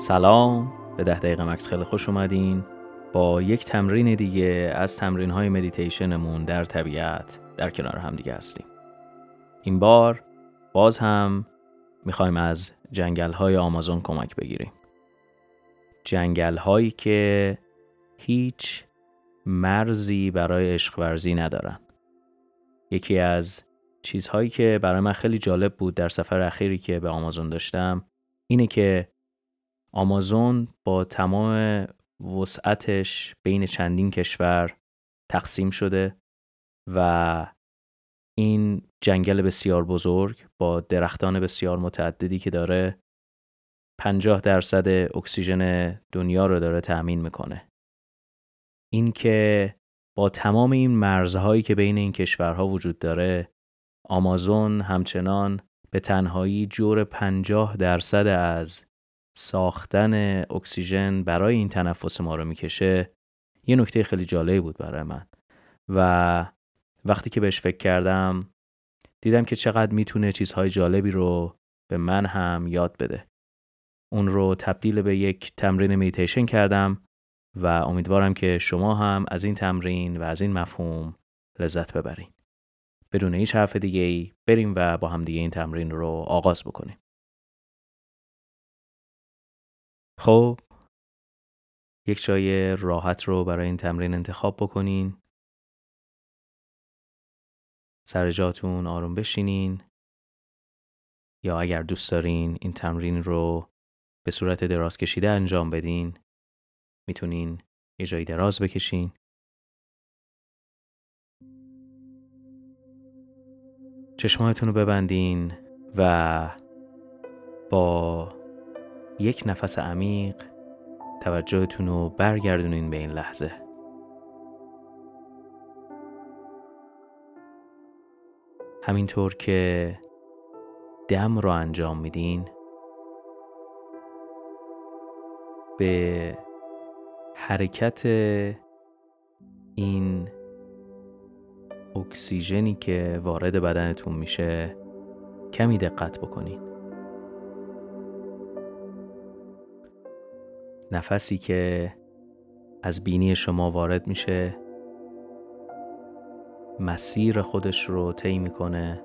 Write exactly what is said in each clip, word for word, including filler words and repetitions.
سلام، به ده دقیقه مکس خیلی خوش اومدین با یک تمرین دیگه از تمرین های مدیتیشنمون در طبیعت در کنار هم دیگه هستیم. این بار باز هم میخوایم از جنگل های آمازون کمک بگیریم. جنگل هایی که هیچ مرزی برای عشق ورزی ندارن. یکی از چیزهایی که برای من خیلی جالب بود در سفر اخیری که به آمازون داشتم اینه که آمازون با تمام وسعتش بین چندین کشور تقسیم شده و این جنگل بسیار بزرگ با درختان بسیار متعددی که داره پنجاه درصد اکسیژن دنیا رو داره تأمین میکنه. این که با تمام این مرزهایی که بین این کشورها وجود داره، آمازون همچنان به تنهایی جور پنجاه درصد از ساختن اکسیژن برای این تنفس ما رو میکشه. یه نکته خیلی جالبی بود برای من و وقتی که بهش فکر کردم دیدم که چقدر میتونه چیزهای جالبی رو به من هم یاد بده. اون رو تبدیل به یک تمرین مدیتیشن کردم و امیدوارم که شما هم از این تمرین و از این مفهوم لذت ببرین. بدون هیچ حرف دیگه ای بریم و با هم دیگه این تمرین رو آغاز بکنیم. خب یک جای راحت رو برای این تمرین انتخاب بکنین. سر جاتون آروم بشینین یا اگر دوست دارین این تمرین رو به صورت دراز کشیده انجام بدین میتونین یه جایی دراز بکشین. چشماتون رو ببندین و با یک نفس عمیق توجهتون رو برگردونین به این لحظه. همینطور که دم رو انجام میدین به حرکت این اکسیژنی که وارد بدنتون میشه کمی دقت بکنین. نفسی که از بینی شما وارد میشه مسیر خودش رو طی میکنه.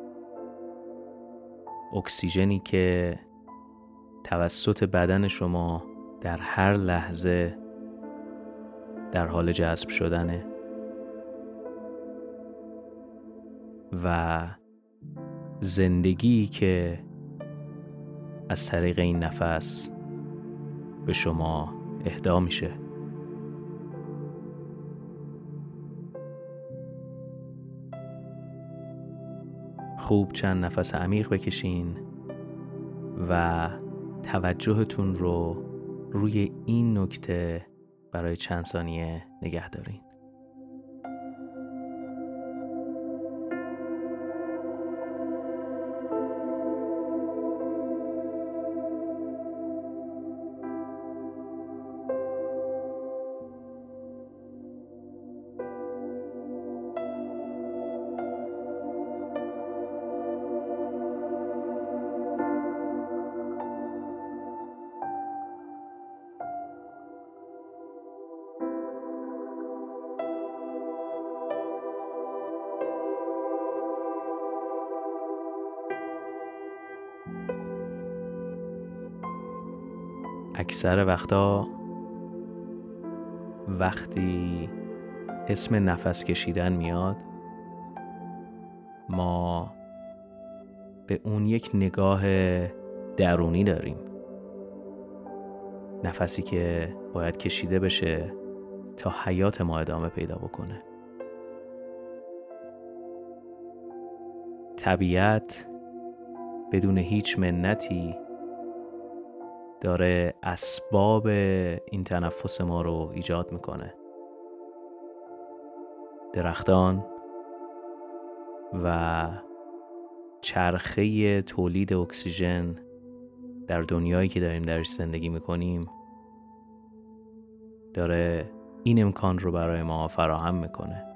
اکسیژنی که توسط بدن شما در هر لحظه در حال جذب شدنه و زندگی که از طریق این نفس به شما اهدا میشه. خوب چند نفس عمیق بکشین و توجهتون رو روی این نکته برای چند ثانیه نگه دارین. اکثر وقتا وقتی اسم نفس کشیدن میاد ما به اون یک نگاه درونی داریم. نفسی که باید کشیده بشه تا حیات ما ادامه پیدا بکنه. طبیعت بدون هیچ منتی داره اسباب این تنفس ما رو ایجاد میکنه. درختان و چرخه تولید اکسیژن در دنیایی که داریم درش زندگی میکنیم داره این امکان رو برای ما فراهم میکنه.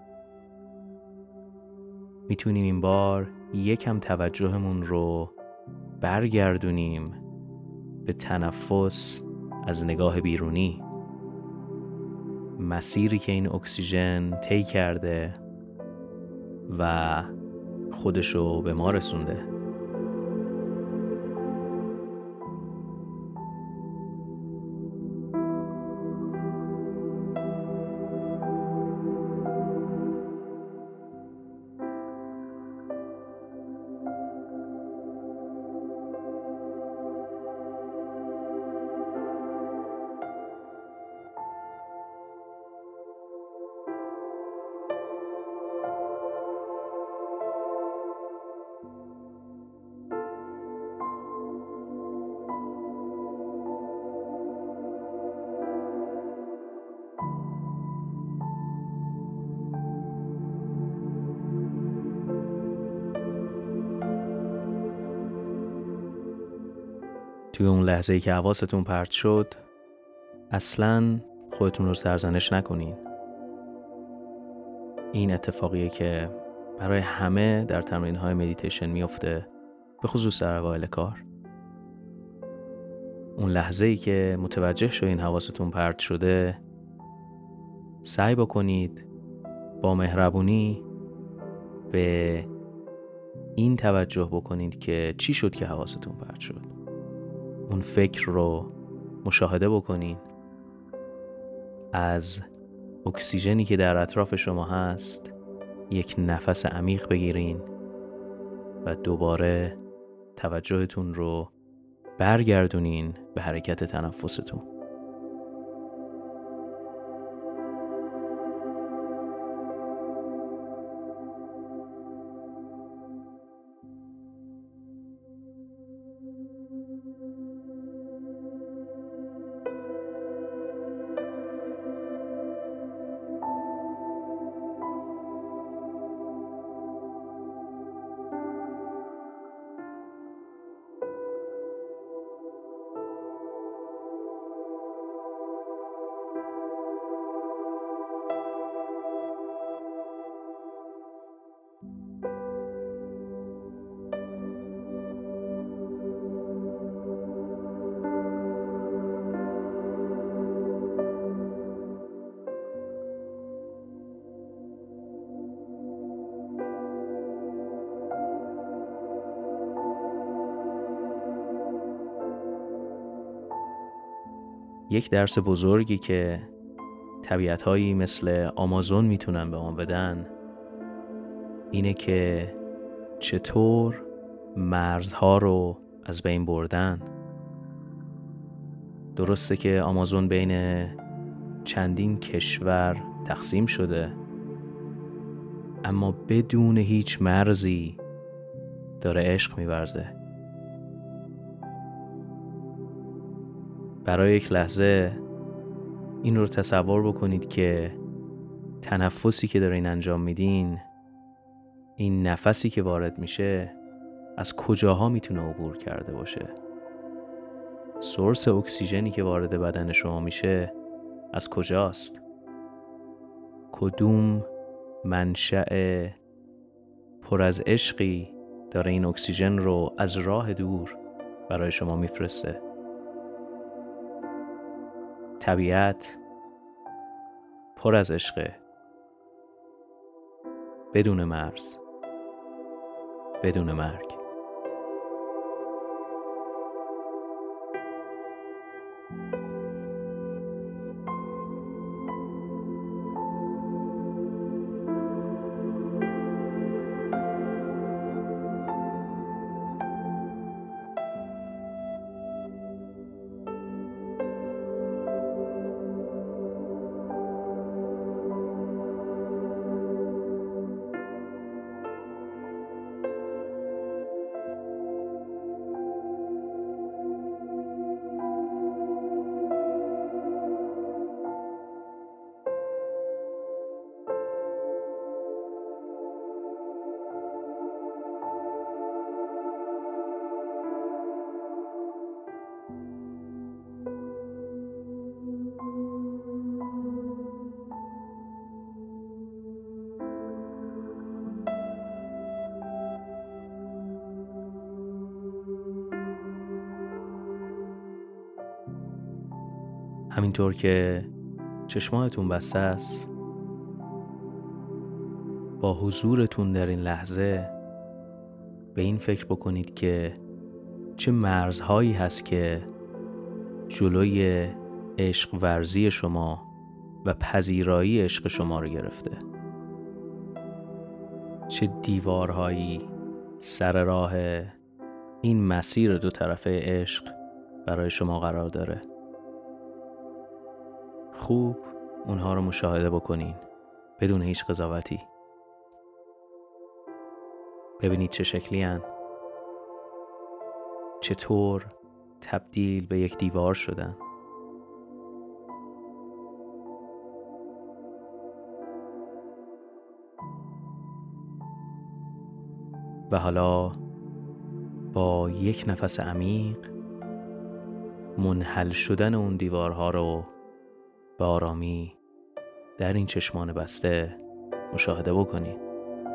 میتونیم این بار یکم توجهمون رو برگردونیم به تنفس از نگاه بیرونی، مسیری که این اکسیژن طی کرده و خودشو به ما رسونده. توی اون لحظه‌ای که حواستون پرت شد، اصلاً خودتون رو سرزنش نکنین. این اتفاقیه که برای همه در تمرین‌های مدیتیشن میفته، به خصوص در اوایل کار. اون لحظه‌ای که متوجه شدین حواستون پرت شده، سعی بکنید با مهربونی به این توجه بکنید که چی شد که حواستون پرت شد. اون فکر رو مشاهده بکنین. از اکسیژنی که در اطراف شما هست یک نفس عمیق بگیرین و دوباره توجهتون رو برگردونین به حرکت تنفستون. یک درس بزرگی که طبیعت‌هایی مثل آمازون میتونن به ما بدن اینه که چطور مرزها رو از بین بردن. درسته که آمازون بین چندین کشور تقسیم شده، اما بدون هیچ مرزی داره عشق می‌ورزه. برای یک لحظه این رو تصور بکنید که تنفسی که دارین انجام میدین، این نفسی که وارد میشه از کجاها میتونه عبور کرده باشه. سورس اکسیژنی که وارد بدن شما میشه از کجاست؟ کدوم منشأ پر از عشقی داره این اکسیژن رو از راه دور برای شما میفرسته؟ طبیعت پر از عشقه، بدون مرز، بدون مرگ. همینطور که چشمانتون بسته است، با حضورتون در این لحظه به این فکر بکنید که چه مرزهایی هست که جلوی عشق ورزی شما و پذیرایی عشق شما رو گرفته. چه دیوارهایی سر راه این مسیر دو طرفه عشق برای شما قرار داره. خوب اونها رو مشاهده بکنین بدون هیچ قضاوتی. ببینید چه شکلی هن، چطور تبدیل به یک دیوار شدن. و حالا با یک نفس عمیق منحل شدن اون دیوارها رو به آرامی در این چشمان بسته مشاهده بکنید.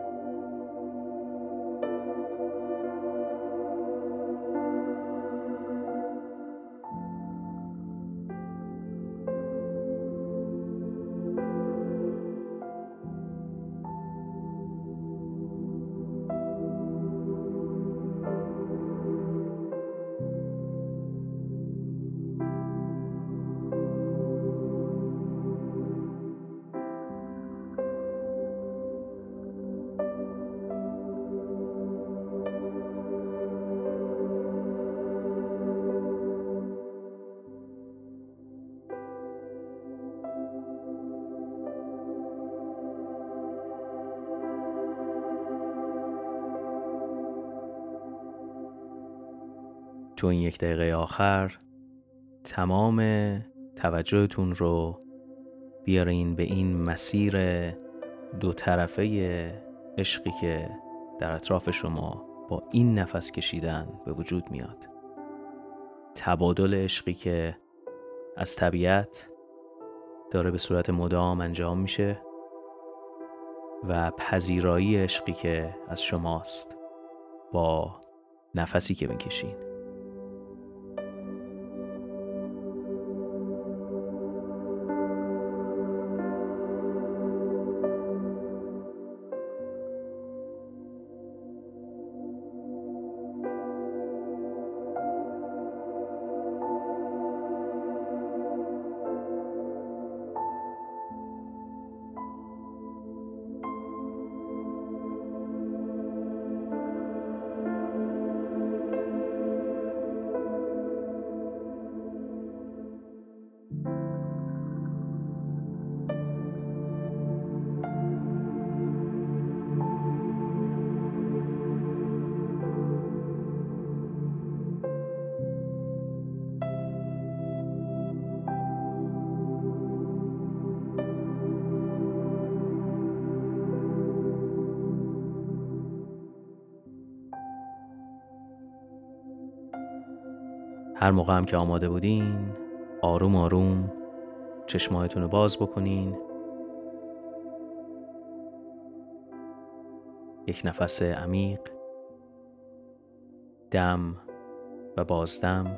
تو این یک دقیقه آخر تمام توجهتون رو بیارین به این مسیر دو طرفه عشقی که در اطراف شما با این نفس کشیدن به وجود میاد. تبادل عشقی که از طبیعت داره به صورت مدام انجام میشه و پذیرایی عشقی که از شماست با نفسی که میکشین. هر موقع هم که آماده بودین آروم آروم چشمایتون رو باز بکنین. یک نفس عمیق، دم و بازدم.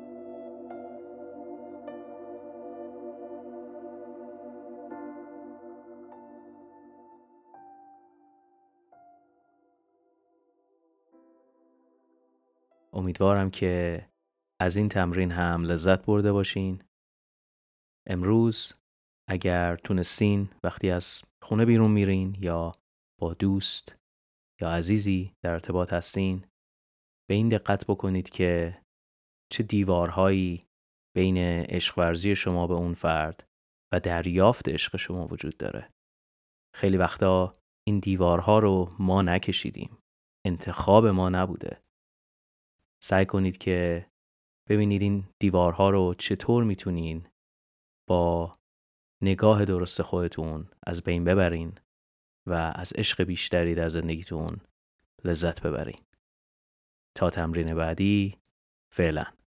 امیدوارم که از این تمرین هم لذت برده باشین. امروز اگر تونستین وقتی از خونه بیرون میرین یا با دوست یا عزیزی در ارتباط هستین، به این دقت بکنید که چه دیوارهایی بین عشق ورزی شما به اون فرد و دریافت عشق شما وجود داره. خیلی وقتا این دیوارها رو ما نکشیدیم، انتخاب ما نبوده. سعی کنید که ببینید این دیوارها رو چطور میتونین با نگاه درست خودتون از بین ببرین و از عشق بیشتری در زندگیتون لذت ببرین. تا تمرین بعدی، فعلا.